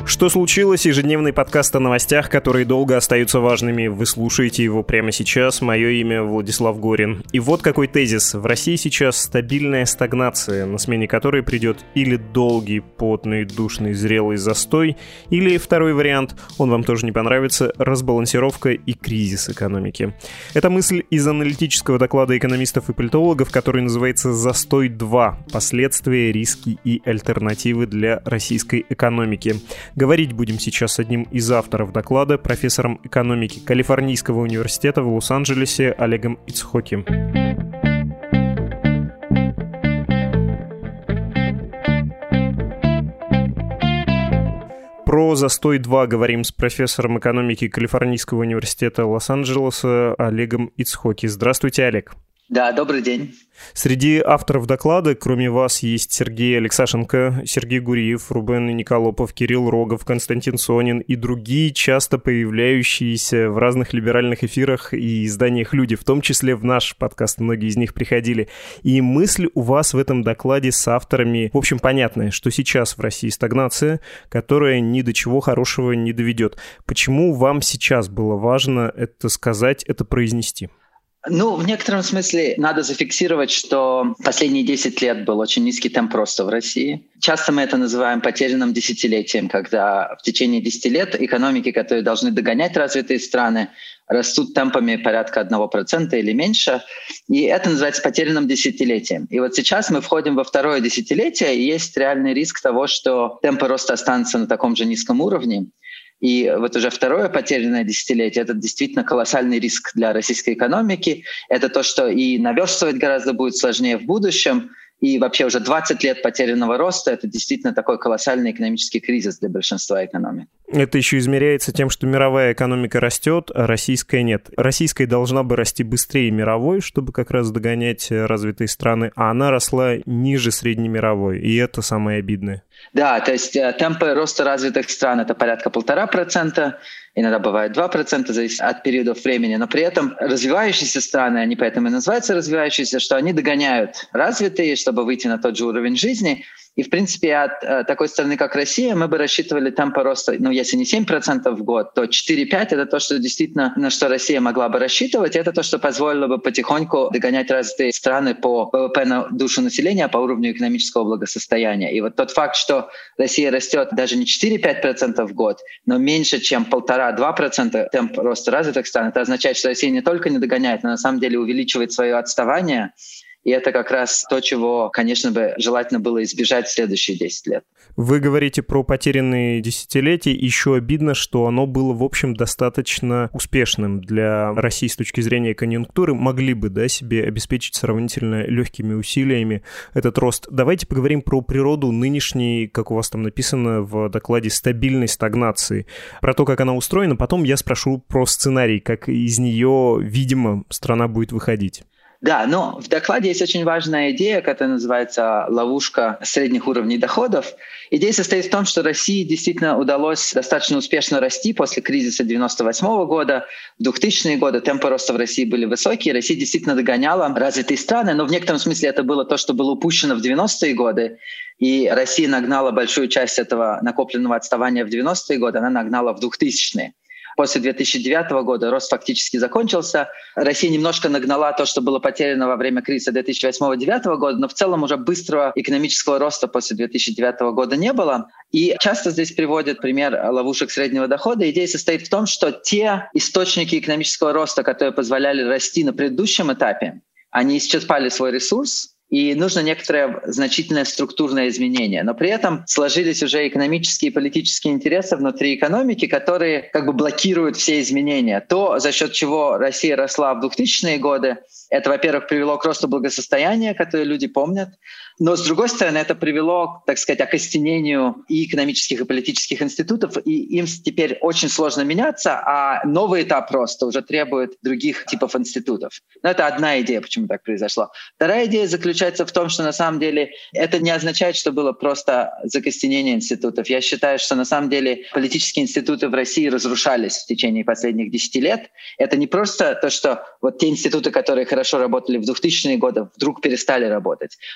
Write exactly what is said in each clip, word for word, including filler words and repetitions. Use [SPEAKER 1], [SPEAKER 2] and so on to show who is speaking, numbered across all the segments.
[SPEAKER 1] Что случилось? Ежедневный подкаст о новостях, которые долго остаются важными. Вы слушаете его прямо сейчас. Мое имя Владислав Горин. И вот какой тезис. В России сейчас стабильная стагнация, на смене которой придет или долгий, потный, душный, зрелый застой, или второй вариант, он вам тоже не понравится, разбалансировка и кризис экономики. Это мысль из аналитического доклада экономистов и политологов, который называется «Застой два. Последствия, риски и альтернативы для российской экономики». Говорить будем сейчас с одним из авторов доклада, профессором экономики Калифорнийского университета в Лос-Анджелесе Олегом Ицхоки. Про «Застой два» говорим с профессором экономики Калифорнийского университета Лос-Анджелеса Олегом Ицхоки. Здравствуйте, Олег.
[SPEAKER 2] Да, добрый день.
[SPEAKER 1] Среди авторов доклада, кроме вас, есть Сергей Алексашенко, Сергей Гуриев, Рубен Николопов, Кирилл Рогов, Константин Сонин и другие часто появляющиеся в разных либеральных эфирах и изданиях люди, в том числе в наш подкаст, многие из них приходили. И мысль у вас в этом докладе с авторами, в общем, понятная, что сейчас в России стагнация, которая ни до чего хорошего не доведет. Почему вам сейчас было важно это сказать, это произнести?
[SPEAKER 2] Ну, в некотором смысле надо зафиксировать, что последние десять лет был очень низкий темп роста в России. Часто мы это называем потерянным десятилетием, когда в течение десяти лет экономики, которые должны догонять развитые страны, растут темпами порядка одного процента или меньше. И это называется потерянным десятилетием. И вот сейчас мы входим во второе десятилетие, и есть реальный риск того, что темпы роста останутся на таком же низком уровне. И вот уже второе потерянное десятилетие — это действительно колоссальный риск для российской экономики. Это то, что и наверстывать гораздо будет сложнее в будущем. И вообще уже двадцать лет потерянного роста — это действительно такой колоссальный экономический кризис для большинства экономик.
[SPEAKER 1] Это еще измеряется тем, что мировая экономика растет, а российская нет. Российская должна бы расти быстрее мировой, чтобы как раз догонять развитые страны, а она росла ниже среднемировой, и это самое обидное.
[SPEAKER 2] Да, то есть темпы роста развитых стран — это порядка полтора процента, иногда бывает два процента, зависит от периодов времени, но при этом развивающиеся страны, они поэтому и называются развивающиеся, что они догоняют развитые, чтобы выйти на тот же уровень жизни. И, в принципе, от э, такой страны, как Россия, мы бы рассчитывали темпы роста, ну, если не семь процентов в год, то четыре-пять процента — это то, что действительно, на что Россия могла бы рассчитывать. Это то, что позволило бы потихоньку догонять развитые страны по ВВП на душу населения, по уровню экономического благосостояния. И вот тот факт, что Россия растет даже не четыре-пять процентов в год, но меньше, чем полтора-два процента темп роста развитых стран, это означает, что Россия не только не догоняет, но на самом деле увеличивает свое отставание. И это как раз то, чего, конечно бы, желательно было избежать в следующие десять лет.
[SPEAKER 1] Вы говорите про потерянные десятилетия. Еще обидно, что оно было, в общем, достаточно успешным для России с точки зрения конъюнктуры. Могли бы, да, себе обеспечить сравнительно легкими усилиями этот рост. Давайте поговорим про природу нынешней, как у вас там написано в докладе, стабильной стагнации. Про то, как она устроена. Потом я спрошу про сценарий, как из нее, видимо, страна будет выходить.
[SPEAKER 2] Да, но в докладе есть очень важная идея, которая называется «Ловушка средних уровней доходов». Идея состоит в том, что России действительно удалось достаточно успешно расти после кризиса девяносто восьмого года. В двухтысячные годы темпы роста в России были высокие, Россия действительно догоняла развитые страны, но в некотором смысле это было то, что было упущено в девяностые годы. И Россия нагнала большую часть этого накопленного отставания в девяностые годы, она нагнала в двухтысячные. После две тысячи девятого года рост фактически закончился. Россия немножко нагнала то, что было потеряно во время кризиса две тысячи восьмого — две тысячи девятого года, но в целом уже быстрого экономического роста после две тысячи девятого года не было. И часто здесь приводят пример ловушек среднего дохода. Идея состоит в том, что те источники экономического роста, которые позволяли расти на предыдущем этапе, они исчерпали свой ресурс, и нужно некоторое значительное структурное изменение. Но при этом сложились уже экономические и политические интересы внутри экономики, которые как бы блокируют все изменения. То, за счет чего Россия росла в двухтысячные годы, это, во-первых, привело к росту благосостояния, которое люди помнят. Но, с другой стороны, это привело, так сказать, к окостенению и экономических, и политических институтов, и им теперь очень сложно меняться, а новый этап роста уже требует других типов институтов. Но это одна идея, почему так произошло. Вторая идея заключается в том, что на самом деле это не означает, что было просто закостенение институтов. Я считаю, что на самом деле политические институты в России разрушались в течение последних десяти лет. Это не просто то, что вот те институты, которые хорошо работали в двухтысячные годы, вдруг перестали работать, но в дополнение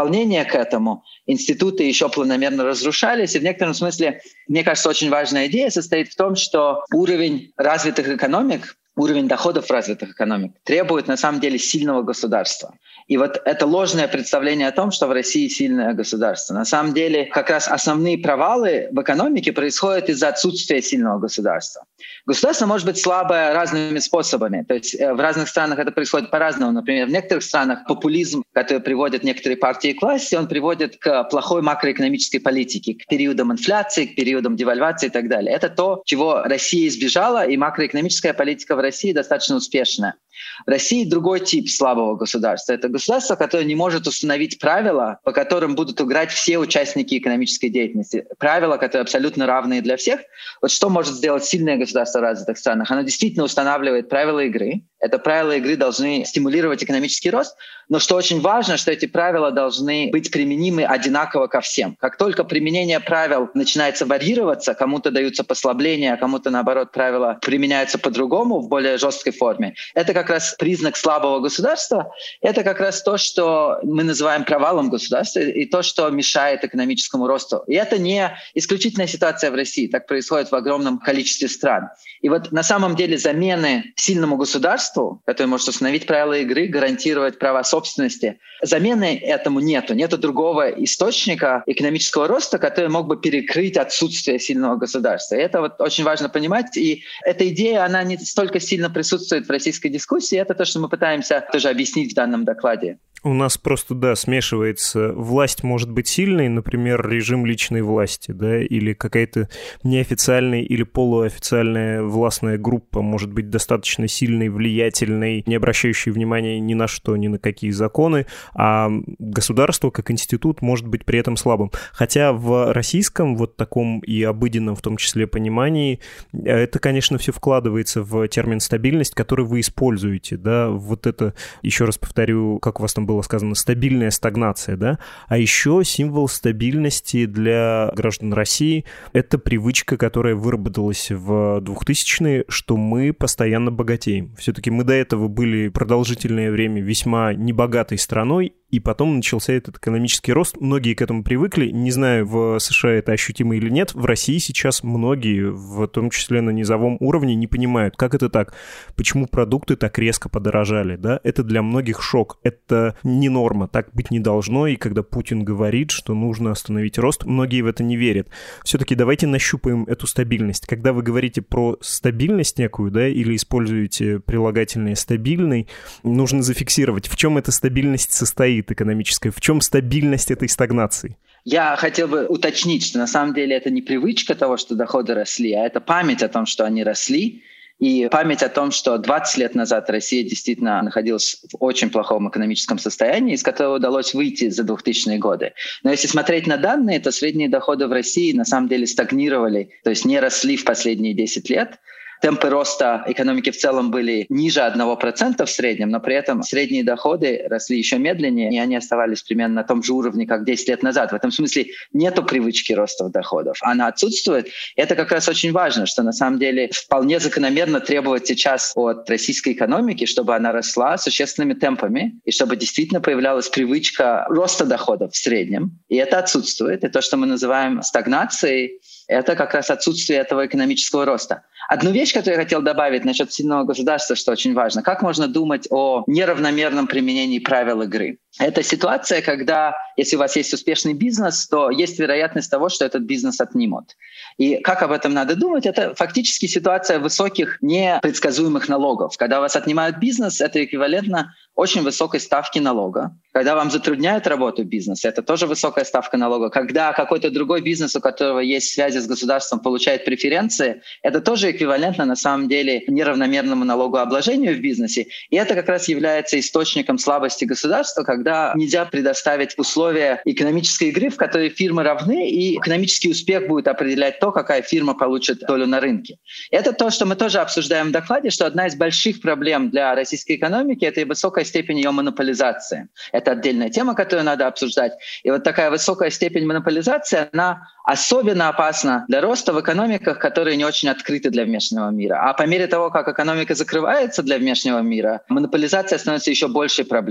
[SPEAKER 2] дополнение к этому институты еще планомерно разрушались. И в некотором смысле, мне кажется, очень важная идея состоит в том, что уровень развитых экономик, уровень доходов развитых экономик требует на самом деле сильного государства. И вот это ложное представление о том, что в России сильное государство. На самом деле как раз основные провалы в экономике происходят из-за отсутствия сильного государства. Государство может быть слабое разными способами. То есть в разных странах это происходит по-разному. Например, в некоторых странах популизм, который приводит некоторые партии к власти, он приводит к плохой макроэкономической политике, к периодам инфляции, к периодам девальвации и так далее. Это то, чего Россия избежала, и макроэкономическая политика в России достаточно успешная. В России другой тип слабого государства. Это государство, которое не может установить правила, по которым будут играть все участники экономической деятельности. Правила, которые абсолютно равные для всех. Вот что может сделать сильное государство в развитых странах? Оно действительно устанавливает правила игры. Это правила игры должны стимулировать экономический рост. Но что очень важно, что эти правила должны быть применимы одинаково ко всем. Как только применение правил начинается варьироваться, кому-то даются послабления, а кому-то, наоборот, правила применяются по-другому, в более жесткой форме, это как раз признак слабого государства. Это как раз то, что мы называем провалом государства, и то, что мешает экономическому росту. И это не исключительная ситуация в России. Так происходит в огромном количестве стран. И вот на самом деле замены сильному государству, которое может установить правила игры, гарантировать права собственности, замены этому нету. Нету другого источника экономического роста, который мог бы перекрыть отсутствие сильного государства. И это вот очень важно понимать. И эта идея, она не столько сильно присутствует в российской дискуссии, это то, что мы пытаемся тоже объяснить в данном докладе.
[SPEAKER 1] У нас просто, да, смешивается. Власть может быть сильной, например, режим личной власти, да, или какая-то неофициальная или полуофициальная властная группа может быть достаточно сильной, влиятельной, не обращающей внимания ни на что, ни на какие законы, а государство как институт может быть при этом слабым. Хотя в российском вот таком и обыденном в том числе понимании это, конечно, все вкладывается в термин «стабильность», который вы используете, да, вот это, еще раз повторю, как у вас там было сказано, стабильная стагнация, да, а еще символ стабильности для граждан России — это привычка, которая выработалась в двухтысячные, что мы постоянно богатеем. Все-таки мы до этого были продолжительное время весьма небогатой страной, и потом начался этот экономический рост. Многие к этому привыкли. Не знаю, в США это ощутимо или нет. В России сейчас многие, в том числе на низовом уровне, не понимают, как это так, почему продукты так резко подорожали. Да? Это для многих шок. Это не норма, так быть не должно. И когда Путин говорит, что нужно остановить рост, многие в это не верят. Все-таки давайте нащупаем эту стабильность. Когда вы говорите про стабильность некую, да, или используете прилагательное «стабильный», нужно зафиксировать, в чем эта стабильность состоит экономическая, в чем стабильность этой стагнации?
[SPEAKER 2] Я хотел бы уточнить, что на самом деле это не привычка того, что доходы росли, а это память о том, что они росли, и память о том, что двадцать лет назад Россия действительно находилась в очень плохом экономическом состоянии, из которого удалось выйти за двухтысячные годы. Но если смотреть на данные, то средние доходы в России на самом деле стагнировали, то есть не росли в последние десять лет. Темпы роста экономики в целом были ниже одного процента в среднем, но при этом средние доходы росли еще медленнее, и они оставались примерно на том же уровне, как десять лет назад. В этом смысле нету привычки роста доходов. Она отсутствует. И это как раз очень важно, что на самом деле вполне закономерно требовать сейчас от российской экономики, чтобы она росла существенными темпами, и чтобы действительно появлялась привычка роста доходов в среднем. И это отсутствует. И то, что мы называем стагнацией, это как раз отсутствие этого экономического роста. Одну вещь, которую я хотел добавить насчет сильного государства, что очень важно. Как можно думать о неравномерном применении правил игры? Это ситуация, когда, если у вас есть успешный бизнес, то есть вероятность того, что этот бизнес отнимут. И как об этом надо думать? Это фактически ситуация высоких непредсказуемых налогов. Когда у вас отнимают бизнес, это эквивалентно очень высокой ставки налога. Когда вам затрудняют работу бизнеса, это тоже высокая ставка налога. Когда какой-то другой бизнес, у которого есть связи с государством, получает преференции, это тоже эквивалентно на самом деле неравномерному налогообложению в бизнесе. И это как раз является источником слабости государства, когда нельзя предоставить условия экономической игры, в которой фирмы равны, и экономический успех будет определять то, какая фирма получит долю на рынке. Это то, что мы тоже обсуждаем в докладе, что одна из больших проблем для российской экономики — это и высокая степень ее монополизации. Это отдельная тема, которую надо обсуждать. И вот такая высокая степень монополизации, она особенно опасна для роста в экономиках, которые не очень открыты для внешнего мира. А по мере того, как экономика закрывается для внешнего мира, монополизация становится еще большей проблемой.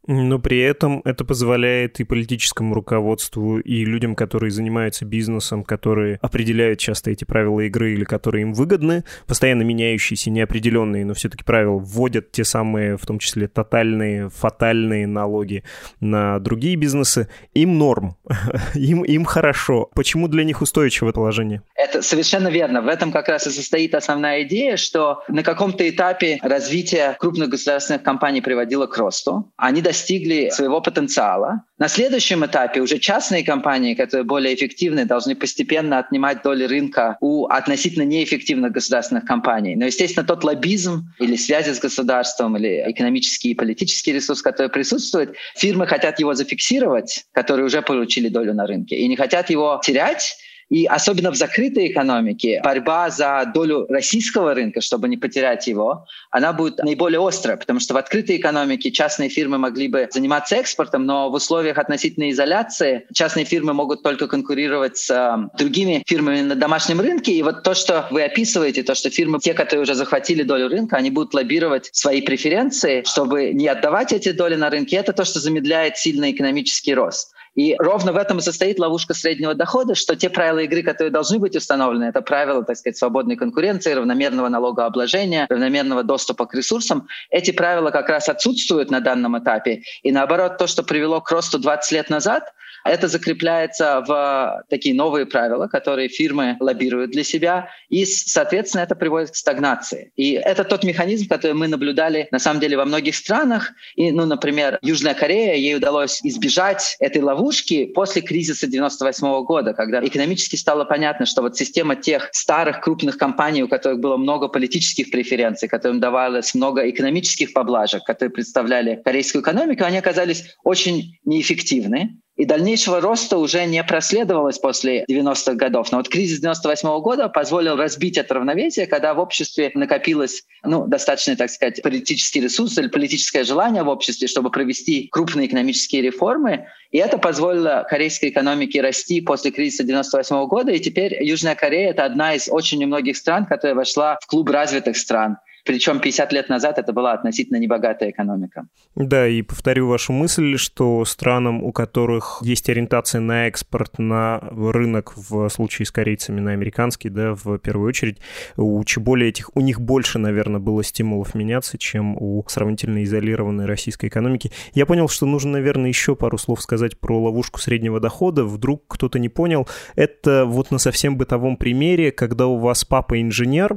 [SPEAKER 1] Но при этом это позволяет и политическому руководству, и людям, которые занимаются бизнесом, которые определяют часто эти правила игры или которые им выгодны, постоянно меняющиеся, неопределенные, но все-таки правила вводят те самые, в том числе тотальные, фатальные налоги на другие бизнесы. Им норм, им, им хорошо. Почему для них устойчивое положение?
[SPEAKER 2] Это совершенно верно. В этом как раз и состоит основная идея, что на каком-то этапе развитие крупных государственных компаний приводило к росту. Они достигли своего потенциала. На следующем этапе уже частные компании, которые более эффективны, должны постепенно отнимать доли рынка у относительно неэффективных государственных компаний. Но, естественно, тот лоббизм или связи с государством, или экономический и политический ресурс, который присутствует, фирмы хотят его зафиксировать, которые уже получили долю на рынке, и не хотят его терять. И особенно в закрытой экономике борьба за долю российского рынка, чтобы не потерять его, она будет наиболее острая, потому что в открытой экономике частные фирмы могли бы заниматься экспортом, но в условиях относительной изоляции частные фирмы могут только конкурировать с э, другими фирмами на домашнем рынке. И вот то, что вы описываете, то, что фирмы, те, которые уже захватили долю рынка, они будут лоббировать свои преференции, чтобы не отдавать эти доли на рынке. Это то, что замедляет сильный экономический рост. И ровно в этом и состоит ловушка среднего дохода, что те правила игры, которые должны быть установлены, это правила, так сказать, свободной конкуренции, равномерного налогообложения, равномерного доступа к ресурсам. Эти правила как раз отсутствуют на данном этапе. И наоборот, то, что привело к росту двадцать лет назад, это закрепляется в такие новые правила, которые фирмы лоббируют для себя, и, соответственно, это приводит к стагнации. И это тот механизм, который мы наблюдали, на самом деле, во многих странах. И, ну, например, Южная Корея, ей удалось избежать этой ловушки после кризиса девяносто восьмого года, когда экономически стало понятно, что вот система тех старых крупных компаний, у которых было много политических преференций, которым давалось много экономических поблажек, которые представляли корейскую экономику, они оказались очень неэффективны. И дальнейшего роста уже не проследовалось после девяностых годов. Но вот кризис девяносто восьмого года позволил разбить это равновесие, когда в обществе накопилось ну, достаточно, так сказать, политический ресурс или политическое желание в обществе, чтобы провести крупные экономические реформы. И это позволило корейской экономике расти после кризиса девяносто восьмого года. И теперь Южная Корея — это одна из очень немногих стран, которая вошла в клуб развитых стран. Причем пятьдесят лет назад это была относительно небогатая экономика.
[SPEAKER 1] Да, и повторю вашу мысль, что странам, у которых есть ориентация на экспорт, на рынок, в случае с корейцами, на американский, да, в первую очередь, у более этих, у них больше, наверное, было стимулов меняться, чем у сравнительно изолированной российской экономики. Я понял, что нужно, наверное, еще пару слов сказать про ловушку среднего дохода. Вдруг кто-то не понял. Это вот на совсем бытовом примере, когда у вас папа инженер,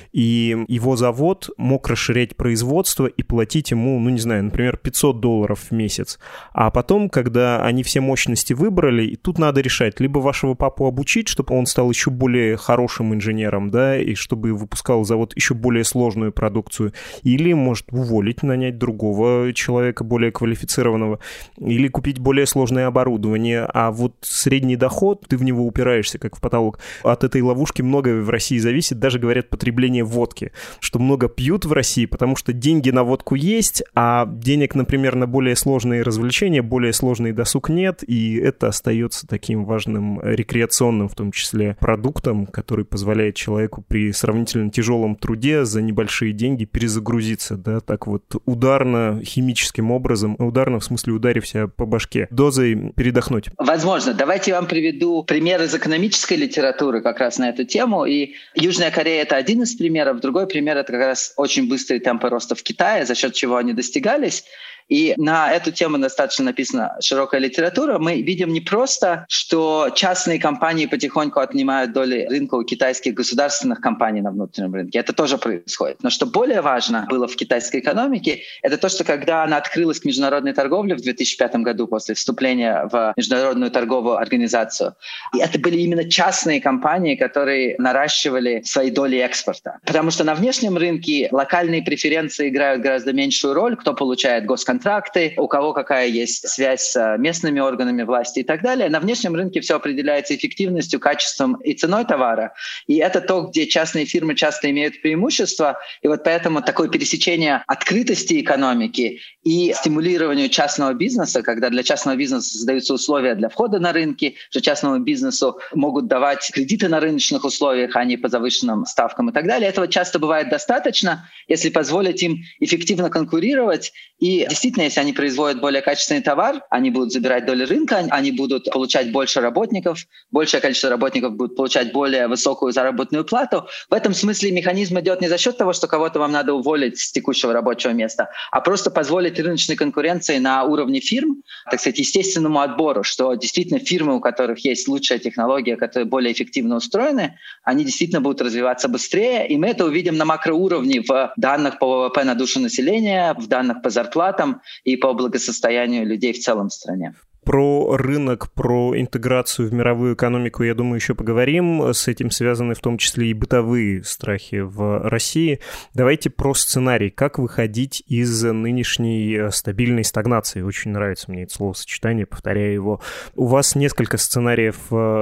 [SPEAKER 1] и его завод мог расширять производство и платить ему, ну, не знаю, например, пятьсот долларов в месяц. А потом, когда они все мощности выбрали, и тут надо решать, либо вашего папу обучить, чтобы он стал еще более хорошим инженером, да, и чтобы выпускал завод еще более сложную продукцию, или, может, уволить, нанять другого человека, более квалифицированного, или купить более сложное оборудование. А вот средний доход, ты в него упираешься, как в потолок. От этой ловушки многое в России зависит, даже, говорят, потребление водки, что много пьют в России, потому что деньги на водку есть, а денег, например, на более сложные развлечения, более сложный досуг нет, и это остается таким важным рекреационным, в том числе, продуктом, который позволяет человеку при сравнительно тяжелом труде за небольшие деньги перезагрузиться, да, так вот ударно, химическим образом, ударно в смысле ударив себя по башке, дозой передохнуть.
[SPEAKER 2] Возможно. Давайте я вам приведу пример из экономической литературы как раз на эту тему, и Южная Корея — это один из примеров, другой пример — это как раз очень быстрые темпы роста в Китае, за счет чего они достигались. И на эту тему достаточно написана широкая литература. Мы видим не просто, что частные компании потихоньку отнимают доли рынка у китайских государственных компаний на внутреннем рынке. Это тоже происходит. Но что более важно было в китайской экономике, это то, что когда она открылась к международной торговле в две тысячи пятом году после вступления в Международную торговую организацию, и это были именно частные компании, которые наращивали свои доли экспорта. Потому что на внешнем рынке локальные преференции играют гораздо меньшую роль, кто получает госконтракты, контракты, у кого какая есть связь с местными органами власти и так далее. На внешнем рынке все определяется эффективностью, качеством и ценой товара. И это то, где частные фирмы часто имеют преимущество. И вот поэтому такое пересечение открытости экономики и стимулированию частного бизнеса, когда для частного бизнеса создаются условия для входа на рынки, что частному бизнесу могут давать кредиты на рыночных условиях, а не по завышенным ставкам и так далее. Этого часто бывает достаточно, если позволить им эффективно конкурировать и действительно действительно, если они производят более качественный товар, они будут забирать долю рынка, они будут получать больше работников, большее количество работников будут получать более высокую заработную плату. В этом смысле механизм идет не за счет того, что кого-то вам надо уволить с текущего рабочего места, а просто позволить рыночной конкуренции на уровне фирм, так сказать, естественному отбору, что действительно фирмы, у которых есть лучшая технология, которые более эффективно устроены, они действительно будут развиваться быстрее, и мы это увидим на макроуровне в данных по ВВП на душу населения, в данных по зарплатам и по благосостоянию людей в целом в стране.
[SPEAKER 1] Про рынок, про интеграцию в мировую экономику, я думаю, еще поговорим. С этим связаны в том числе и бытовые страхи в России. Давайте про сценарий. Как выходить из нынешней стабильной стагнации? Очень нравится мне это словосочетание, повторяю его. У вас несколько сценариев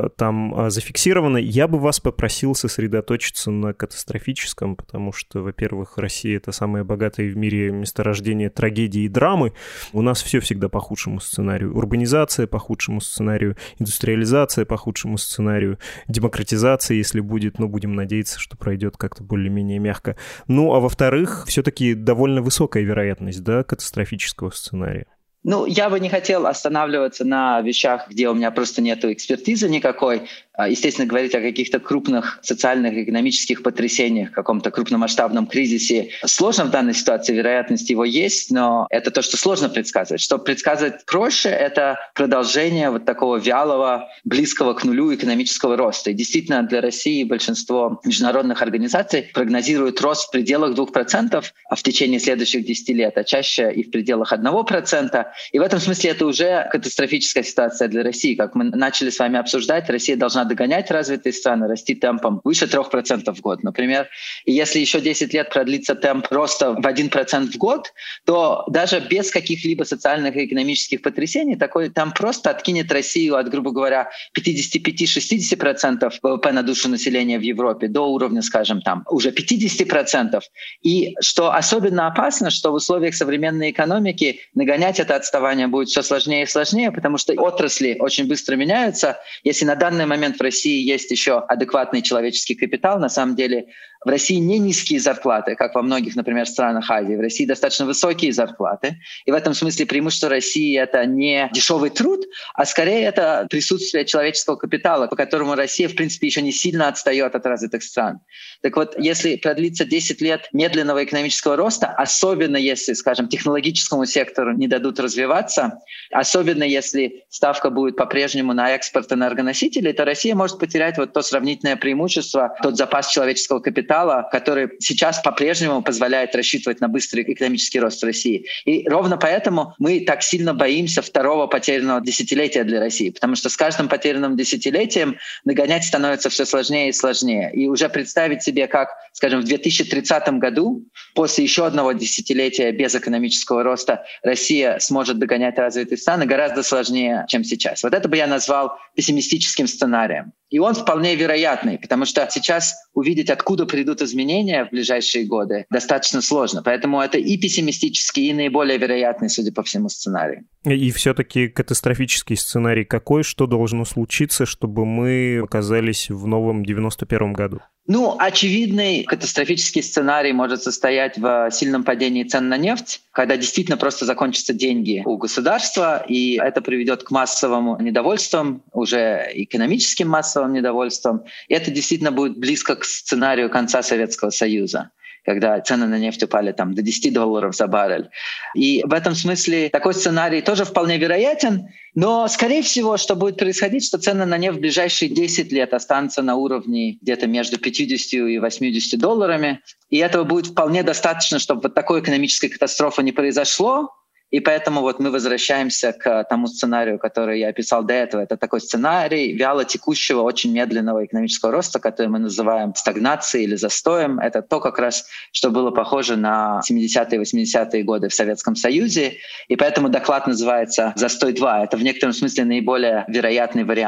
[SPEAKER 1] там зафиксировано. Я бы вас попросил сосредоточиться на катастрофическом, потому что, во-первых, Россия — это самое богатое в мире месторождение трагедии и драмы. У нас все всегда по худшему сценарию. Урбанизация по худшему сценарию, индустриализация по худшему сценарию, демократизация, если будет, но будем надеяться, что пройдет как-то более-менее мягко. Ну, а во-вторых, все-таки довольно высокая вероятность, да, катастрофического сценария.
[SPEAKER 2] Ну, я бы не хотел останавливаться на вещах, где у меня просто нет экспертизы никакой. Естественно, говорить о каких-то крупных социальных и экономических потрясениях, каком-то крупномасштабном кризисе сложно в данной ситуации, вероятность его есть, но это то, что сложно предсказывать. Что предсказывать проще — это продолжение вот такого вялого, близкого к нулю экономического роста. И действительно, для России большинство международных организаций прогнозируют рост в пределах двух процентов в течение следующих десяти лет, а чаще и в пределах одного процента. И в этом смысле это уже катастрофическая ситуация для России. Как мы начали с вами обсуждать, Россия должна догонять развитые страны, расти темпом выше трех процентов в год, например. И если еще десять лет продлится темп роста в один процент в год, то даже без каких-либо социальных и экономических потрясений такой темп просто откинет Россию от, грубо говоря, пятьдесят пять - шестьдесят процентов ВВП на душу населения в Европе до уровня, скажем, там уже пятьдесят процентов. И что особенно опасно, что в условиях современной экономики нагонять это отставание будет все сложнее и сложнее, потому что отрасли очень быстро меняются. Если на данный момент в России есть еще адекватный человеческий капитал, на самом деле в России не низкие зарплаты, как во многих, например, странах Азии. В России достаточно высокие зарплаты. И в этом смысле преимущество России — это не дешевый труд, а скорее это присутствие человеческого капитала, по которому Россия, в принципе, еще не сильно отстает от развитых стран. Так вот, если продлится десять лет медленного экономического роста, особенно если, скажем, технологическому сектору не дадут развиваться, особенно если ставка будет по-прежнему на экспорт энергоносителей, то Россия может потерять вот то сравнительное преимущество, тот запас человеческого капитала, который сейчас по-прежнему позволяет рассчитывать на быстрый экономический рост в России. И ровно поэтому мы так сильно боимся второго потерянного десятилетия для России, потому что с каждым потерянным десятилетием нагонять становится все сложнее и сложнее. И уже представить себе, как, скажем, в две тысячи тридцатом году, после еще одного десятилетия без экономического роста, Россия сможет догонять развитые страны, гораздо сложнее, чем сейчас. Вот это бы я назвал пессимистическим сценарием. И он вполне вероятный, потому что сейчас увидеть, откуда придут изменения в ближайшие годы, достаточно сложно. Поэтому это и пессимистический, и наиболее вероятный, судя по всему, сценарий.
[SPEAKER 1] И все-таки катастрофический сценарий какой? Что должно случиться, чтобы мы оказались в новом девяносто первом году?
[SPEAKER 2] Ну, очевидный катастрофический сценарий может состоять в сильном падении цен на нефть, когда действительно просто закончатся деньги у государства, и это приведет к массовому недовольству, уже экономическим массовым недовольством. И это действительно будет близко к сценарию конца Советского Союза, когда цены на нефть упали там до десять долларов за баррель. И в этом смысле такой сценарий тоже вполне вероятен, но, скорее всего, что будет происходить, что цены на нефть в ближайшие десять лет останутся на уровне где-то между пятьюдесятью и восьмидесятью долларами, и этого будет вполне достаточно, чтобы вот такой экономической катастрофы не произошло. И поэтому вот мы возвращаемся к тому сценарию, который я описал до этого. Это такой сценарий вяло текущего, очень медленного экономического роста, который мы называем стагнацией или застоем. Это то как раз, что было похоже на семидесятые и восьмидесятые годы в Советском Союзе. И поэтому доклад называется «Застой два». Это в некотором смысле наиболее вероятный вариант.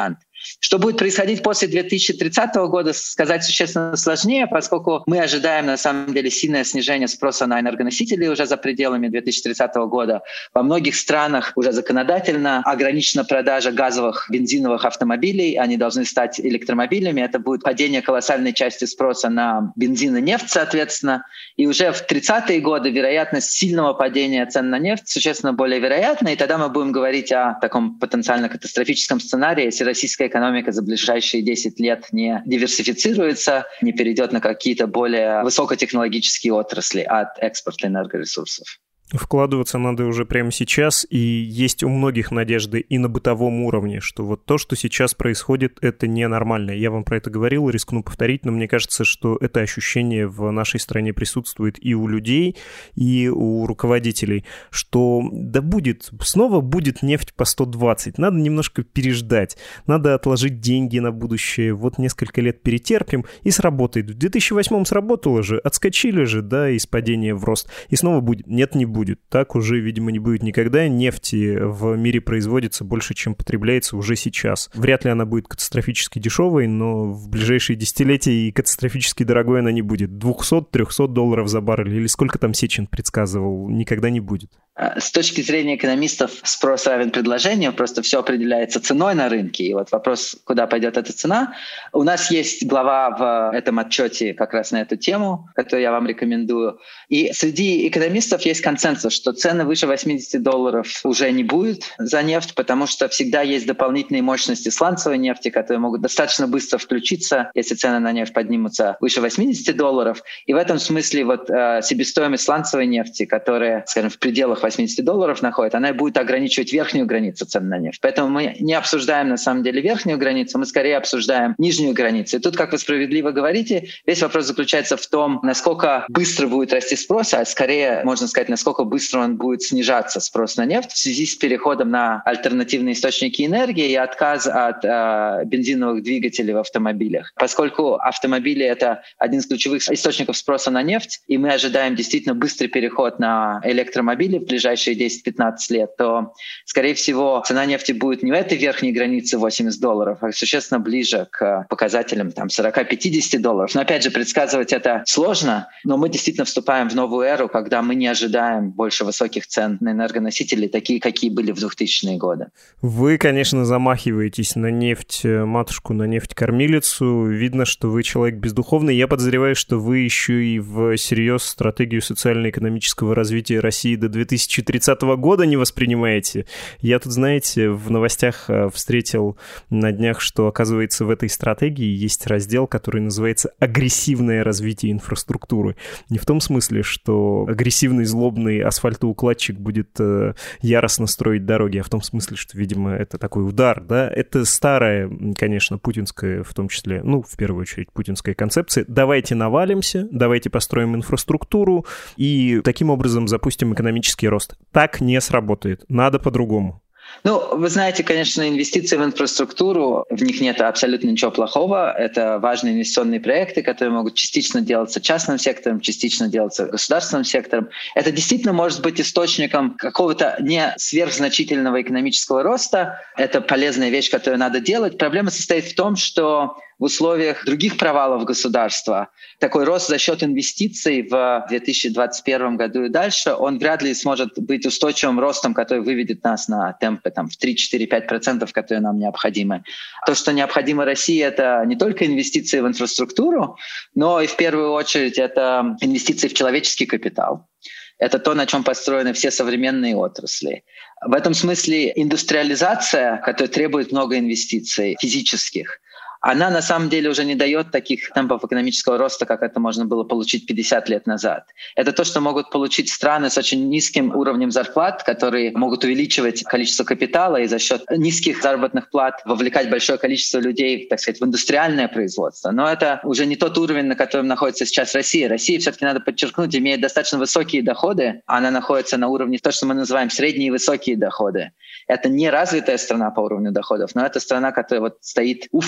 [SPEAKER 2] Что будет происходить после две тысячи тридцатого года, сказать существенно сложнее, поскольку мы ожидаем на самом деле сильное снижение спроса на энергоносители уже за пределами две тысячи тридцатого года. Во многих странах уже законодательно ограничена продажа газовых бензиновых автомобилей, они должны стать электромобилями. Это будет падение колоссальной части спроса на бензин и нефть, соответственно. И уже в тридцатые годы вероятность сильного падения цен на нефть существенно более вероятна, и тогда мы будем говорить о таком потенциально катастрофическом сценарии, если российская экономика за ближайшие десять лет не диверсифицируется, не перейдет на какие-то более высокотехнологические отрасли от экспорта энергоресурсов.
[SPEAKER 1] Вкладываться надо уже прямо сейчас, и есть у многих надежды и на бытовом уровне, что вот то, что сейчас происходит, это ненормально. Я вам про это говорил, рискну повторить, но мне кажется, что это ощущение в нашей стране присутствует и у людей, и у руководителей, что да будет, снова будет нефть по сто двадцать, надо немножко переждать, надо отложить деньги на будущее, вот несколько лет перетерпим, и сработает. В две тысячи восьмом сработало же, отскочили же, да, из падения в рост, и снова будет. Нет, не будет. будет. Так уже, видимо, не будет никогда. Нефти в мире производится больше, чем потребляется уже сейчас. Вряд ли она будет катастрофически дешевой, но в ближайшие десятилетия и катастрофически дорогой она не будет. двести-триста долларов за баррель, или сколько там Сечин предсказывал, никогда не будет.
[SPEAKER 2] С точки зрения экономистов спрос равен предложению, просто все определяется ценой на рынке. И вот вопрос, куда пойдет эта цена. У нас есть глава в этом отчете как раз на эту тему, которую я вам рекомендую. И среди экономистов есть консенсус, что цены выше восемьдесят долларов уже не будет за нефть, потому что всегда есть дополнительные мощности сланцевой нефти, которые могут достаточно быстро включиться, если цены на нефть поднимутся выше восемьдесят долларов. И в этом смысле вот э, себестоимость сланцевой нефти, которая, скажем, в пределах восемьдесят долларов находит, она будет ограничивать верхнюю границу цен на нефть. Поэтому мы не обсуждаем на самом деле верхнюю границу, мы скорее обсуждаем нижнюю границу. И тут, как вы справедливо говорите, весь вопрос заключается в том, насколько быстро будет расти спрос, а скорее, можно сказать, насколько быстро он будет снижаться, спрос на нефть, в связи с переходом на альтернативные источники энергии и отказ от э, бензиновых двигателей в автомобилях. Поскольку автомобили — это один из ключевых источников спроса на нефть, и мы ожидаем действительно быстрый переход на электромобили в ближайшие десять-пятнадцать лет, то, скорее всего, цена нефти будет не в этой верхней границе восемьдесят долларов, а существенно ближе к показателям там, сорок-пятьдесят долларов. Но, опять же, предсказывать это сложно, но мы действительно вступаем в новую эру, когда мы не ожидаем больше высоких цен на энергоносители, такие, какие были в двухтысячные годы.
[SPEAKER 1] Вы, конечно, замахиваетесь на нефть матушку, на нефть-кормилицу. Видно, что вы человек бездуховный. Я подозреваю, что вы еще и всерьез стратегию социально-экономического развития России до две тысячи тридцатого года не воспринимаете. Я тут, знаете, в новостях встретил на днях, что, оказывается, в этой стратегии есть раздел, который называется «Агрессивное развитие инфраструктуры». Не в том смысле, что агрессивный, злобный асфальтоукладчик будет э, яростно строить дороги, а в том смысле, что, видимо, это такой удар, да. Это старая, конечно, путинская, в том числе, ну, в первую очередь, путинская концепция. Давайте навалимся, давайте построим инфраструктуру и таким образом запустим экономический рост. Так не сработает. Надо по-другому.
[SPEAKER 2] Ну, вы знаете, конечно, инвестиции в инфраструктуру, в них нет абсолютно ничего плохого. Это важные инвестиционные проекты, которые могут частично делаться частным сектором, частично делаться государственным сектором. Это действительно может быть источником какого-то не сверхзначительного экономического роста. Это полезная вещь, которую надо делать. Проблема состоит в том, что в условиях других провалов государства такой рост за счет инвестиций в две тысячи двадцать первом году и дальше, он вряд ли сможет быть устойчивым ростом, который выведет нас на темпы там, в три-четыре-пять процентов, которые нам необходимы. То, что необходимо России, это не только инвестиции в инфраструктуру, но и в первую очередь это инвестиции в человеческий капитал. Это то, на чем построены все современные отрасли. В этом смысле индустриализация, которая требует много инвестиций физических, она на самом деле уже не дает таких темпов экономического роста, как это можно было получить пятьдесят лет назад. Это то, что могут получить страны с очень низким уровнем зарплат, которые могут увеличивать количество капитала и за счет низких заработных плат вовлекать большое количество людей, так сказать, в индустриальное производство. Но это уже не тот уровень, на котором находится сейчас Россия. Россия, все-таки надо подчеркнуть, имеет достаточно высокие доходы. Она находится на уровне, то, что мы называем средние и высокие доходы. Это не развитая страна по уровню доходов, но это страна, которая вот стоит у входа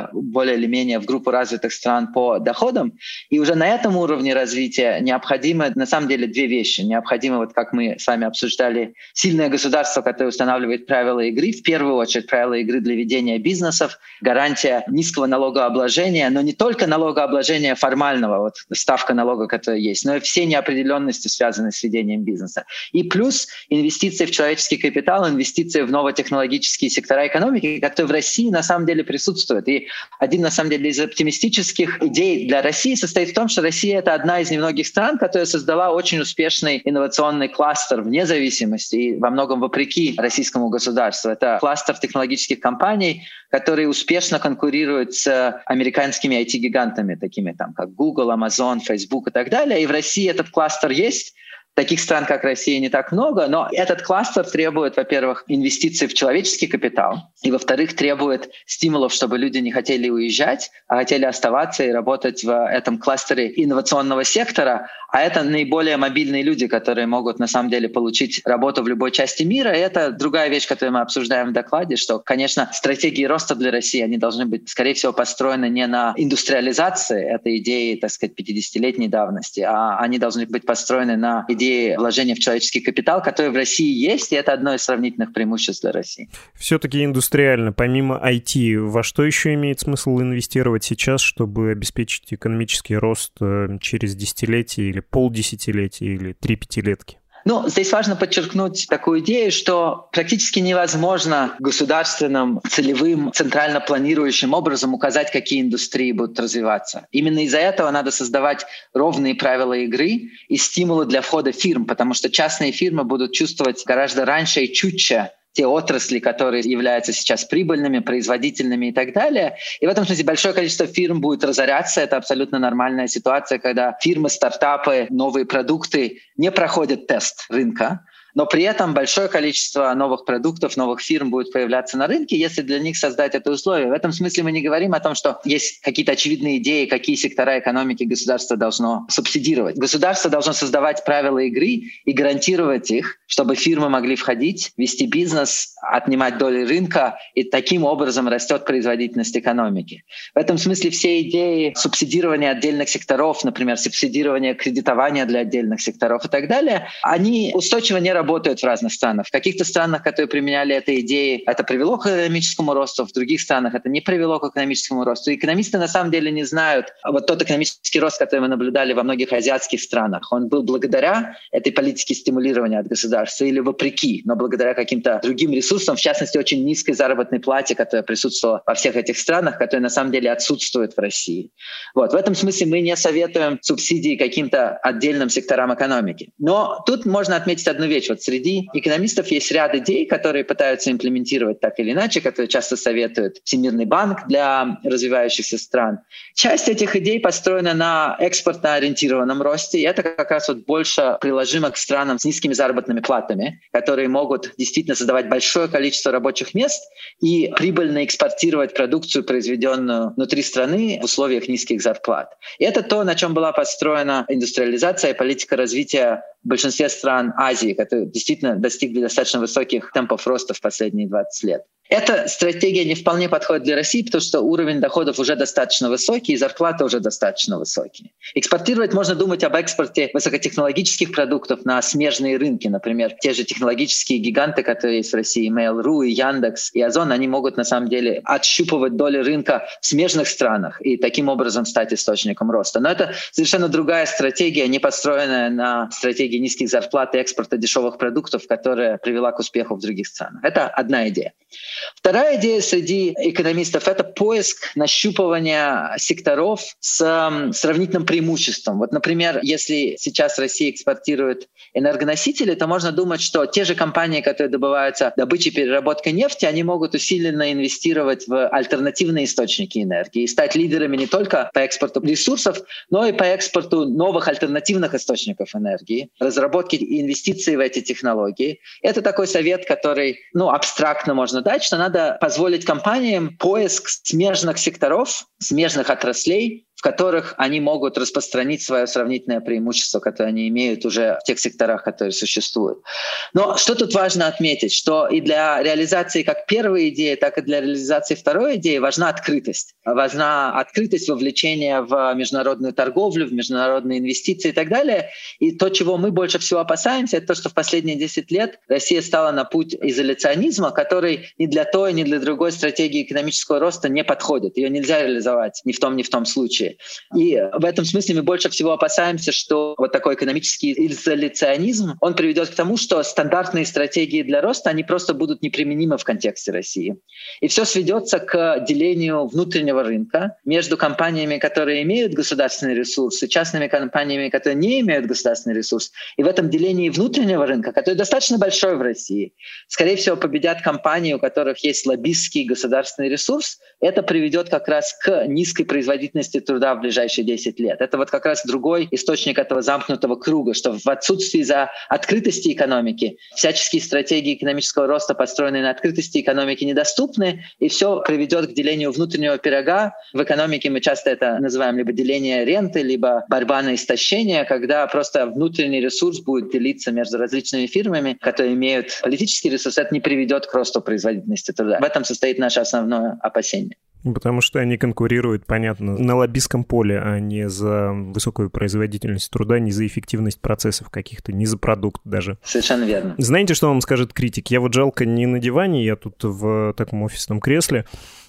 [SPEAKER 2] входа более или менее в группу развитых стран по доходам. И уже на этом уровне развития необходимо, на самом деле, две вещи. Необходимо, вот как мы с вами обсуждали, сильное государство, которое устанавливает правила игры, в первую очередь правила игры для ведения бизнесов, гарантия низкого налогообложения, но не только налогообложения формального, вот ставка налога, которая есть, но и все неопределенности, связанные с ведением бизнеса. И плюс инвестиции в человеческий капитал, инвестиции в новотехнологические сектора экономики, которые в России на самом деле присутствуют. И один, на самом деле, из оптимистических идей для России состоит в том, что Россия — это одна из немногих стран, которая создала очень успешный инновационный кластер вне зависимости и во многом вопреки российскому государству. Это кластер технологических компаний, которые успешно конкурируют с американскими ай ти-гигантами, такими там, как Google, Amazon, Facebook и так далее. И в России этот кластер есть. Таких стран, как Россия, не так много, но этот кластер требует, во-первых, инвестиций в человеческий капитал, и, во-вторых, требует стимулов, чтобы люди не хотели уезжать, а хотели оставаться и работать в этом кластере инновационного сектора. А это наиболее мобильные люди, которые могут на самом деле получить работу в любой части мира. И это другая вещь, которую мы обсуждаем в докладе, что, конечно, стратегии роста для России, они должны быть, скорее всего, построены не на индустриализации этой идеи, так сказать, пятидесятилетней давности, а они должны быть построены на идее вложения в человеческий капитал, который в России есть, и это одно из сравнительных преимуществ для России.
[SPEAKER 1] Все-таки индустриально, помимо ай ти, во что еще имеет смысл инвестировать сейчас, чтобы обеспечить экономический рост через десятилетие или полдесятилетия или три пятилетки?
[SPEAKER 2] Ну, здесь важно подчеркнуть такую идею, что практически невозможно государственным, целевым, центрально планирующим образом указать, какие индустрии будут развиваться. Именно из-за этого надо создавать ровные правила игры и стимулы для входа фирм, потому что частные фирмы будут чувствовать гораздо раньше и чутьче те отрасли, которые являются сейчас прибыльными, производительными и так далее. И в этом смысле большое количество фирм будет разоряться. Это абсолютно нормальная ситуация, когда фирмы, стартапы, новые продукты не проходят тест рынка, но при этом большое количество новых продуктов, новых фирм будет появляться на рынке, если для них создать это условие. В этом смысле мы не говорим о том, что есть какие-то очевидные идеи, какие сектора экономики государство должно субсидировать. Государство должно создавать правила игры и гарантировать их, чтобы фирмы могли входить, вести бизнес, отнимать доли рынка, и таким образом растет производительность экономики. В этом смысле все идеи субсидирования отдельных секторов, например, субсидирования кредитования для отдельных секторов и так далее, они устойчиво не работают. работают в разных странах. В каких-то странах, которые применяли эту идею, это привело к экономическому росту, в других странах это не привело к экономическому росту. И экономисты на самом деле не знают, вот тот экономический рост, который мы наблюдали во многих азиатских странах, он был благодаря этой политике стимулирования от государства или вопреки, но благодаря каким-то другим ресурсам, в частности, очень низкой заработной плате, которая присутствовала во всех этих странах, которая на самом деле отсутствует в России. Вот. В этом смысле мы не советуем субсидии каким-то отдельным секторам экономики. Но тут можно отметить одну вещь. Вот среди экономистов есть ряд идей, которые пытаются имплементировать так или иначе, которые часто советует Всемирный банк для развивающихся стран. Часть этих идей построена на экспортно-ориентированном росте, и это как раз вот больше приложимо к странам с низкими заработными платами, которые могут действительно создавать большое количество рабочих мест и прибыльно экспортировать продукцию, произведенную внутри страны в условиях низких зарплат. И это то, на чем была построена индустриализация и политика развития в большинстве стран Азии, которые действительно достигли достаточно высоких темпов роста в последние двадцать лет. Эта стратегия не вполне подходит для России, потому что уровень доходов уже достаточно высокий, и зарплаты уже достаточно высокие. Экспортировать можно думать об экспорте высокотехнологических продуктов на смежные рынки. Например, те же технологические гиганты, которые есть в России, Mail.ru, и Яндекс, и Озон, они могут на самом деле отщупывать доли рынка в смежных странах и таким образом стать источником роста. Но это совершенно другая стратегия, не построенная на стратегии низких зарплат и экспорта дешевых продуктов, которая привела к успеху в других странах. Это одна идея. Вторая идея среди экономистов — это поиск нащупывания секторов с сравнительным преимуществом. Вот, например, если сейчас Россия экспортирует энергоносители, то можно думать, что те же компании, которые добываются добычей и переработкой нефти, они могут усиленно инвестировать в альтернативные источники энергии и стать лидерами не только по экспорту ресурсов, но и по экспорту новых альтернативных источников энергии, разработке и инвестиции в эти технологии. Это такой совет, который, ну, абстрактно можно дать, что надо позволить компаниям поиск смежных секторов, смежных отраслей, в которых они могут распространить свое сравнительное преимущество, которое они имеют уже в тех секторах, которые существуют. Но что тут важно отметить, что и для реализации как первой идеи, так и для реализации второй идеи важна открытость. Важна открытость, вовлечение в международную торговлю, в международные инвестиции и так далее. И то, чего мы больше всего опасаемся, это то, что в последние десять лет Россия стала на путь изоляционизма, который ни для той, ни для другой стратегии экономического роста не подходит. Ее нельзя реализовать ни в том, ни в том случае. И в этом смысле мы больше всего опасаемся, что вот такой экономический изоляционизм, он приведет к тому, что стандартные стратегии для роста, они просто будут неприменимы в контексте России. И все сведется к делению внутреннего рынка между компаниями, которые имеют государственный ресурс, и частными компаниями, которые не имеют государственный ресурс. И в этом делении внутреннего рынка, который достаточно большой в России, скорее всего, победят компании, у которых есть лоббистский государственный ресурс. Это приведет как раз к низкой производительности труда в ближайшие десять лет. Это вот как раз другой источник этого замкнутого круга, что в отсутствии за открытости экономики всяческие стратегии экономического роста, построенные на открытости экономики, недоступны, и все приведет к делению внутреннего пирога. В экономике мы часто это называем либо деление ренты, либо борьба на истощение, когда просто внутренний ресурс будет делиться между различными фирмами, которые имеют политический ресурс. Это не приведет к росту производительности труда. В этом состоит наше основное опасение.
[SPEAKER 1] Потому что они конкурируют, понятно, на лоббистском поле, а не за высокую производительность труда, не за эффективность процессов каких-то, не за продукт даже.
[SPEAKER 2] Совершенно верно.
[SPEAKER 1] Знаете, что вам скажет критик? Я вот жалко не на диване, я тут в таком офисном кресле,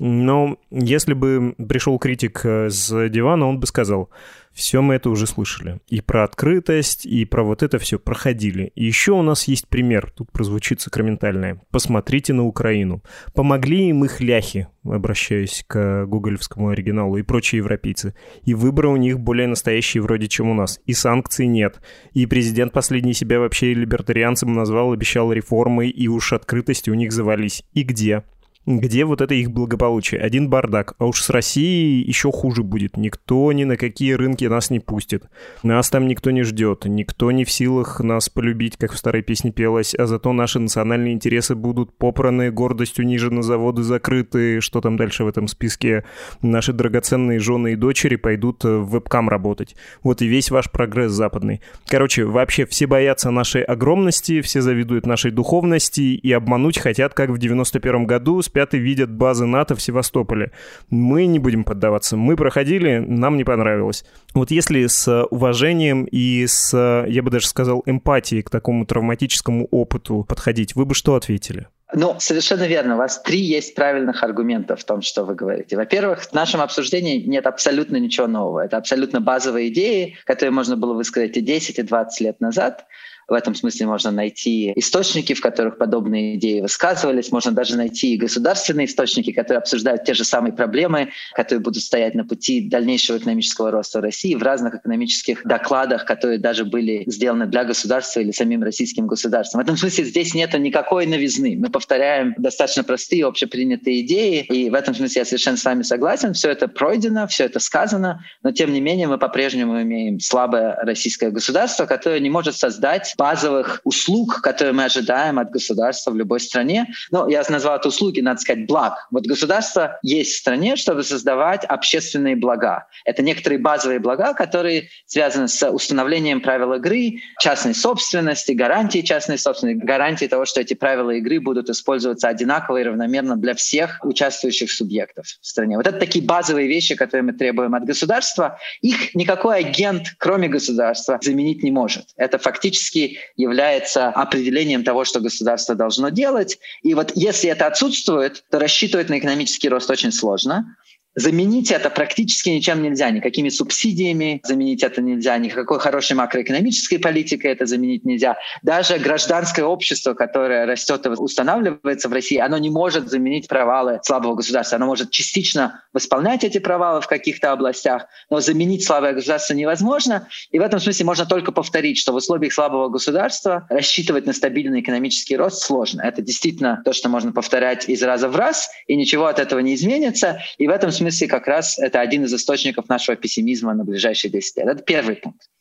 [SPEAKER 1] но если бы пришел критик с дивана, он бы сказал: все мы это уже слышали. И про открытость, и про вот это все проходили. И еще у нас есть пример, тут прозвучит сакраментальное. Посмотрите на Украину. Помогли им их ляхи, обращаясь к гуглевскому оригиналу, и прочие европейцы. И выборы у них более настоящие вроде, чем у нас. И санкций нет. И президент последний себя вообще либертарианцем назвал, обещал реформы, и уж открытости у них завались. И где? Где вот это их благополучие? Один бардак. А уж с Россией еще хуже будет. Никто ни на какие рынки нас не пустит. Нас там никто не ждет. Никто не в силах нас полюбить, как в старой песне пелось. А зато наши национальные интересы будут попраны, гордость унижена, заводы закрыты. Что там дальше в этом списке? Наши драгоценные жены и дочери пойдут в вебкам работать. Вот и весь ваш прогресс западный. Короче, вообще все боятся нашей огромности, все завидуют нашей духовности и обмануть хотят, как в девяносто первом году, пятый видят базы НАТО в Севастополе. Мы не будем поддаваться. Мы проходили, нам не понравилось. Вот если с уважением и с, я бы даже сказал, эмпатией к такому травматическому опыту подходить, вы бы что ответили?
[SPEAKER 2] Ну, совершенно верно. У вас три есть правильных аргумента в том, что вы говорите. Во-первых, в нашем обсуждении нет абсолютно ничего нового. Это абсолютно базовые идеи, которые можно было высказать и десять, и двадцать лет назад. В этом смысле можно найти источники, в которых подобные идеи высказывались. Можно даже найти государственные источники, которые обсуждают те же самые проблемы, которые будут стоять на пути дальнейшего экономического роста России в разных экономических докладах, которые даже были сделаны для государства или самим российским государством. В этом смысле здесь нет никакой новизны. Мы повторяем достаточно простые общепринятые идеи, и в этом смысле я совершенно с вами согласен. Все это пройдено, все это сказано, но тем не менее мы по-прежнему имеем слабое российское государство, которое не может создать базовых услуг, которые мы ожидаем от государства в любой стране. Ну, я назвал это услуги, надо сказать, благ. Вот государство есть в стране, чтобы создавать общественные блага. Это некоторые базовые блага, которые связаны с установлением правил игры, частной собственности, гарантии частной собственности, гарантии того, что эти правила игры будут использоваться одинаково и равномерно для всех участвующих субъектов в стране. Вот это такие базовые вещи, которые мы требуем от государства. Их никакой агент, кроме государства, заменить не может. Это фактически является определением того, что государство должно делать. И вот если это отсутствует, то рассчитывать на экономический рост очень сложно. Заменить это практически ничем нельзя, никакими субсидиями заменить это нельзя, никакой хорошей макроэкономической политикой это заменить нельзя. Даже гражданское общество, которое растет и устанавливается в России, оно не может заменить провалы слабого государства. Оно может частично восполнять эти провалы в каких-то областях, но заменить слабое государство невозможно. И в этом смысле можно только повторить, что в условиях слабого государства рассчитывать на стабильный экономический рост сложно. Это действительно то, что можно повторять из раза в раз, и ничего от этого не изменится. И в этом смысле В смысле, как раз это один из источников нашего пессимизма на ближайшие десять лет. Это первый пункт.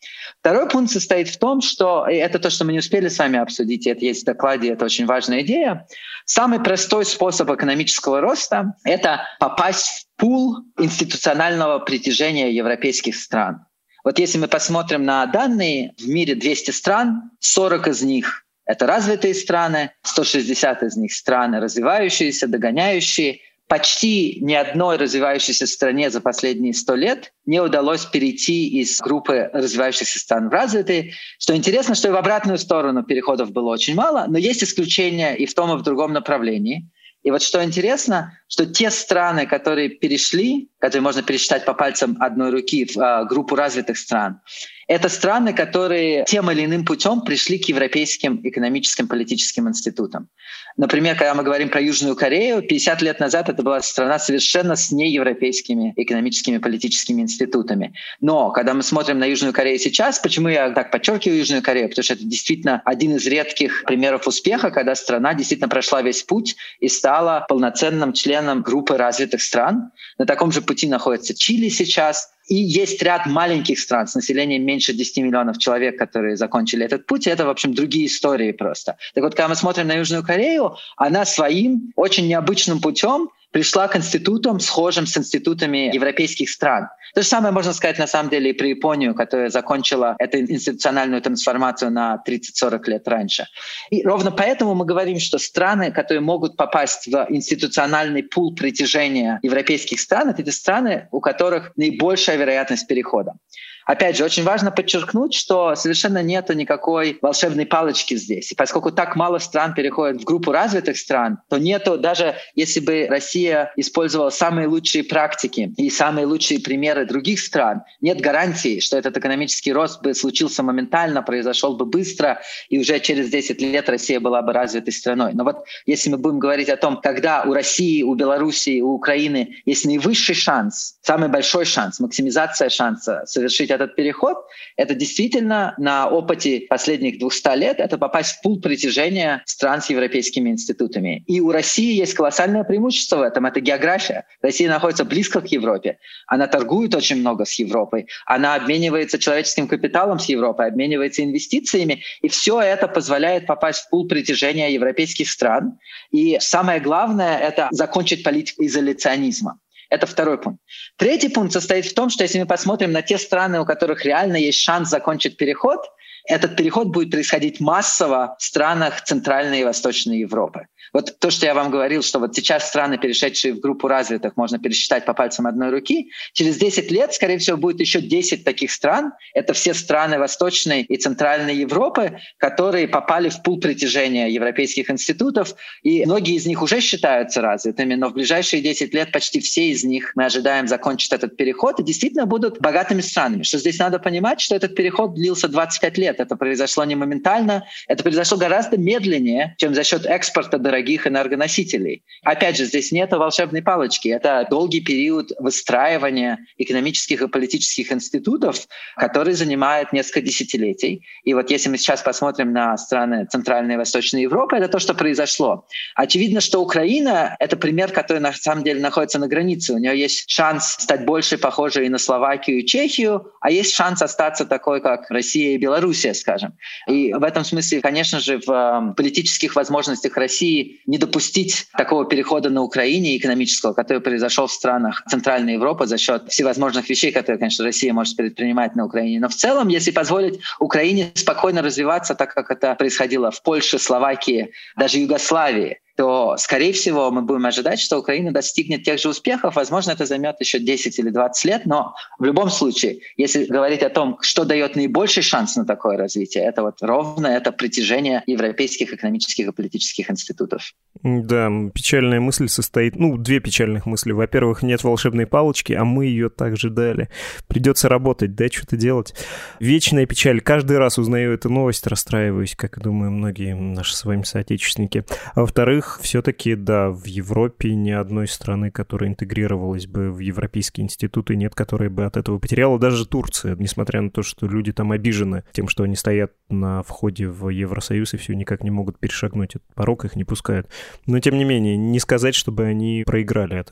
[SPEAKER 2] Второй пункт состоит в том, что, и это то, что мы не успели с вами обсудить, и это есть в докладе, это очень важная идея, самый простой способ экономического роста — это попасть в пул институционального притяжения европейских стран. Вот если мы посмотрим на данные, в мире двести стран, сорок из них — это развитые страны, сто шестьдесят из них — страны развивающиеся, догоняющие. Почти ни одной развивающейся стране за последние сто лет не удалось перейти из группы развивающихся стран в развитые. Что интересно, что и в обратную сторону переходов было очень мало, но есть исключения и в том, и в другом направлении. И вот что интересно, что те страны, которые перешли, которые можно пересчитать по пальцам одной руки в а, группу развитых стран, это страны, которые тем или иным путем пришли к европейским экономическим политическим институтам. Например, когда мы говорим про Южную Корею, пятьдесят лет назад это была страна совершенно с неевропейскими экономическими политическими институтами. Но когда мы смотрим на Южную Корею сейчас, почему я так подчеркиваю Южную Корею? Потому что это действительно один из редких примеров успеха, когда страна действительно прошла весь путь и стала полноценным членом группы развитых стран. На таком же пути находится Чили сейчас. И есть ряд маленьких стран с населением меньше десяти миллионов человек, которые закончили этот путь. И это, в общем, другие истории просто. Так вот, когда мы смотрим на Южную Корею, она своим очень необычным путем пришла к институтам, схожим с институтами европейских стран. То же самое можно сказать на самом деле и про Японию, которая закончила эту институциональную трансформацию на тридцать-сорок лет раньше. И ровно поэтому мы говорим, что страны, которые могут попасть в институциональный пул притяжения европейских стран, это те страны, у которых наибольшая вероятность перехода. Опять же, очень важно подчеркнуть, что совершенно нету никакой волшебной палочки здесь. И поскольку так мало стран переходят в группу развитых стран, то нету, даже если бы Россия использовала самые лучшие практики и самые лучшие примеры других стран, нет гарантии, что этот экономический рост бы случился моментально, произошел бы быстро, и уже через десять лет Россия была бы развитой страной. Но вот если мы будем говорить о том, когда у России, у Белоруссии, у Украины есть наивысший шанс, самый большой шанс, максимизация шанса совершить этот переход, это действительно на опыте последних двухсот лет это попасть в пул притяжения стран с европейскими институтами. И у России есть колоссальное преимущество в этом, это география. Россия находится близко к Европе, она торгует очень много с Европой, она обменивается человеческим капиталом с Европой, обменивается инвестициями, и все это позволяет попасть в пул притяжения европейских стран. И самое главное — это закончить политику изоляционизма. Это второй пункт. Третий пункт состоит в том, что если мы посмотрим на те страны, у которых реально есть шанс закончить переход, этот переход будет происходить массово в странах Центральной и Восточной Европы. Вот то, что я вам говорил, что вот сейчас страны, перешедшие в группу развитых, можно пересчитать по пальцам одной руки. Через десять лет, скорее всего, будет еще десять таких стран. Это все страны Восточной и Центральной Европы, которые попали в пул притяжения европейских институтов. И многие из них уже считаются развитыми, но в ближайшие десять лет почти все из них мы ожидаем закончить этот переход и действительно будут богатыми странами. Что здесь надо понимать, что этот переход длился двадцать пять лет. Это произошло не моментально, это произошло гораздо медленнее, чем за счет экспорта дорогих энергоносителей. Опять же, здесь нет волшебной палочки. Это долгий период выстраивания экономических и политических институтов, который занимает несколько десятилетий. И вот если мы сейчас посмотрим на страны Центральной и Восточной Европы, это то, что произошло. Очевидно, что Украина — это пример, который на самом деле находится на границе. У нее есть шанс стать больше похожей на Словакию и Чехию, а есть шанс остаться такой, как Россия и Белоруссия, скажем. И в этом смысле, конечно же, в политических возможностях России не допустить такого перехода на Украине экономического, который произошел в странах Центральной Европы за счет всевозможных вещей, которые, конечно, Россия может предпринимать на Украине. Но в целом, если позволить Украине спокойно развиваться, так как это происходило в Польше, Словакии, даже Югославии, то, скорее всего, мы будем ожидать, что Украина достигнет тех же успехов. Возможно, это займет еще десять или двадцать лет, но в любом случае, если говорить о том, что дает наибольший шанс на такое развитие, это вот ровно это притяжение европейских экономических и политических институтов.
[SPEAKER 1] Да, печальная мысль состоит... Ну, две печальных мысли. Во-первых, нет волшебной палочки, а мы ее также дали. Придется работать, да, что-то делать. Вечная печаль. Каждый раз узнаю эту новость, расстраиваюсь, как, думаю, многие наши с вами соотечественники. А во-вторых, все-таки, да, в Европе ни одной страны, которая интегрировалась бы в европейские институты, нет, которая бы от этого потеряла. Даже Турция, несмотря на то, что люди там обижены тем, что они стоят на входе в Евросоюз и все никак не могут перешагнуть этот порог, их не пускают. Но, тем не менее, не сказать, чтобы они проиграли от этого.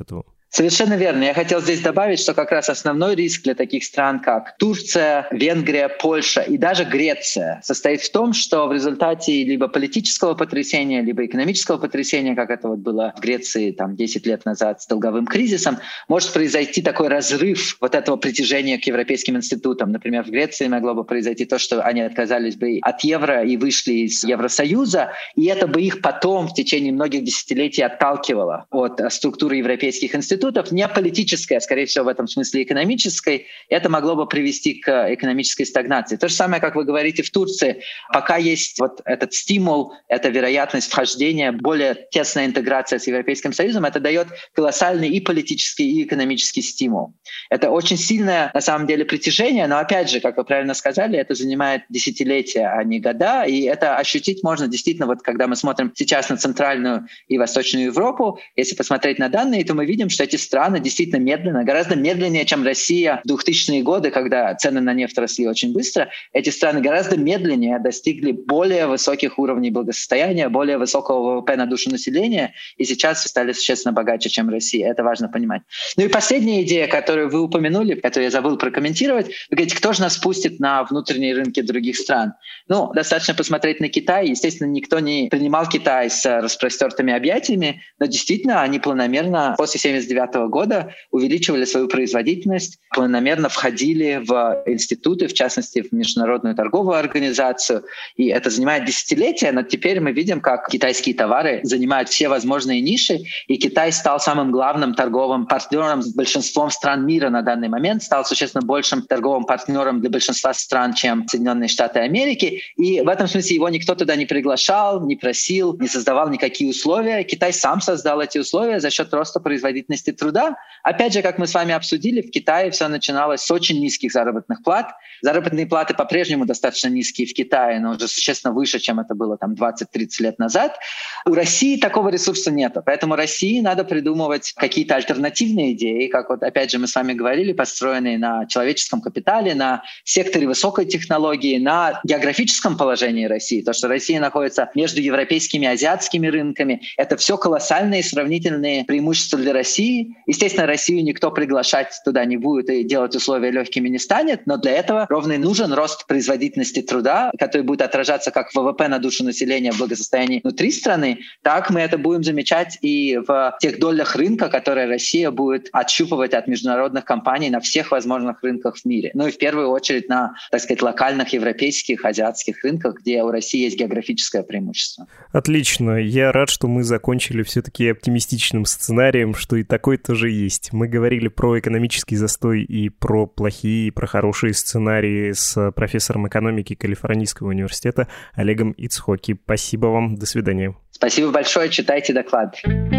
[SPEAKER 2] Совершенно верно. Я хотел здесь добавить, что как раз основной риск для таких стран, как Турция, Венгрия, Польша и даже Греция, состоит в том, что в результате либо политического потрясения, либо экономического потрясения, как это вот было в Греции там, десять лет назад с долговым кризисом, может произойти такой разрыв вот этого притяжения к европейским институтам. Например, в Греции могло бы произойти то, что они отказались бы от евро и вышли из Евросоюза, и это бы их потом в течение многих десятилетий отталкивало от структуры европейских институтов, не политической, а, скорее всего, в этом смысле экономической. Это могло бы привести к экономической стагнации. То же самое, как вы говорите, в Турции. Пока есть вот этот стимул, эта вероятность вхождения, более тесная интеграция с Европейским Союзом, это дает колоссальный и политический, и экономический стимул. Это очень сильное, на самом деле, притяжение, но, опять же, как вы правильно сказали, это занимает десятилетия, а не года, и это ощутить можно действительно, вот когда мы смотрим сейчас на Центральную и Восточную Европу, если посмотреть на данные, то мы видим, что эти страны действительно медленно, гораздо медленнее, чем Россия в двухтысячные годы, когда цены на нефть росли очень быстро, эти страны гораздо медленнее достигли более высоких уровней благосостояния, более высокого ВВП на душу населения, и сейчас стали существенно богаче, чем Россия. Это важно понимать. Ну и последняя идея, которую вы упомянули, которую я забыл прокомментировать, вы говорите, кто же нас пустит на внутренние рынки других стран? Ну, достаточно посмотреть на Китай. Естественно, никто не принимал Китай с распростертыми объятиями, но действительно они планомерно после семьдесят девятого года увеличивали свою производительность, планомерно входили в институты, в частности, в Международную торговую организацию. И это занимает десятилетия, но теперь мы видим, как китайские товары занимают все возможные ниши, и Китай стал самым главным торговым партнером с большинством стран мира на данный момент, стал существенно большим торговым партнером для большинства стран, чем Соединенные Штаты Америки. И в этом смысле его никто туда не приглашал, не просил, не создавал никакие условия. Китай сам создал эти условия за счет роста производительности труда. Опять же, как мы с вами обсудили, в Китае все начиналось с очень низких заработных плат. Заработные платы по-прежнему достаточно низкие в Китае, но уже существенно выше, чем это было там двадцать-тридцать лет назад. У России такого ресурса нет, поэтому России надо придумывать какие-то альтернативные идеи, как вот опять же мы с вами говорили, построенные на человеческом капитале, на секторе высокой технологии, на географическом положении России. То, что Россия находится между европейскими и азиатскими рынками, это все колоссальные сравнительные преимущества для России. Естественно, Россию никто приглашать туда не будет и делать условия легкими не станет, но для этого ровно и нужен рост производительности труда, который будет отражаться как в ВВП на душу населения, в благосостоянии внутри страны, так мы это будем замечать и в тех долях рынка, которые Россия будет отщупывать от международных компаний на всех возможных рынках в мире. Ну и в первую очередь на, так сказать, локальных европейских, азиатских рынках, где у России есть географическое преимущество.
[SPEAKER 1] Отлично. Я рад, что мы закончили все-таки оптимистичным сценарием, что и такой тоже есть. Мы говорили про экономический застой и про плохие, и про хорошие сценарии с профессором экономики Калифорнийского университета Олегом Ицхоки. Спасибо вам. До свидания.
[SPEAKER 2] Спасибо большое. Читайте доклад.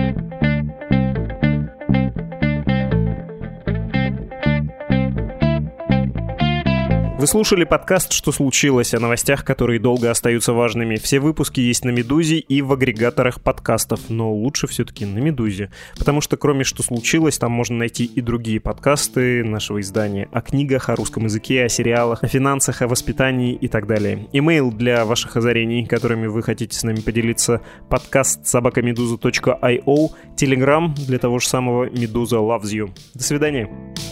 [SPEAKER 1] Вы слушали подкаст «Что случилось?» о новостях, которые долго остаются важными. Все выпуски есть на «Медузе» и в агрегаторах подкастов, но лучше все-таки на «Медузе», потому что кроме «Что случилось?» там можно найти и другие подкасты нашего издания о книгах, о русском языке, о сериалах, о финансах, о воспитании и так далее. Имейл для ваших озарений, которыми вы хотите с нами поделиться, подкаст собака медуза точка ай о, телеграм для того же самого «Медуза loves you». До свидания.